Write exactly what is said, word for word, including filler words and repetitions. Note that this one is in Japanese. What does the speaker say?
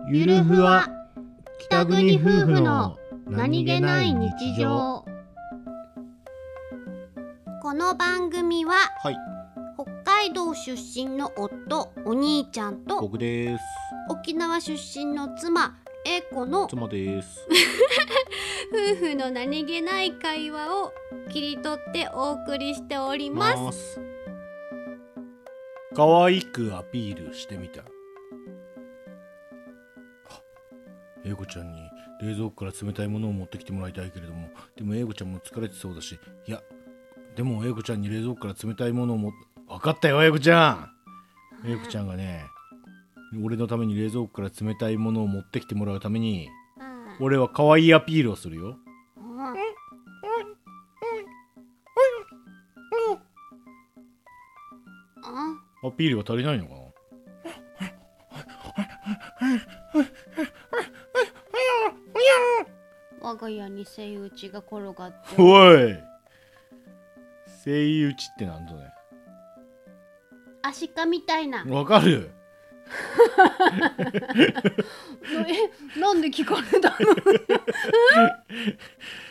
ゆるふわ北国夫婦の何気ない日常。 この番組は、 はい、 北海道出身の夫お兄ちゃんと僕です。 沖縄出身の妻英子の妻です夫婦の何気ない会話を切り取ってお送りしております。 ます可愛くアピールしてみた。英子ちゃんに冷蔵庫から冷たいものを持ってきてもらいたいけれども、でも英子ちゃんも疲れてそうだし、いやでも英子ちゃんに冷蔵庫から冷たいものをも分かったよ。英子ちゃん英子ちゃんがね、俺のために冷蔵庫から冷たいものを持ってきてもらうために、俺は可愛いアピールをするよ。アピールが足りないのかな。 我が家にセイウチが転がって、 おい、セイウチってなんぞね。 アシカみたいな。 わかるえ、なんで聞かれたの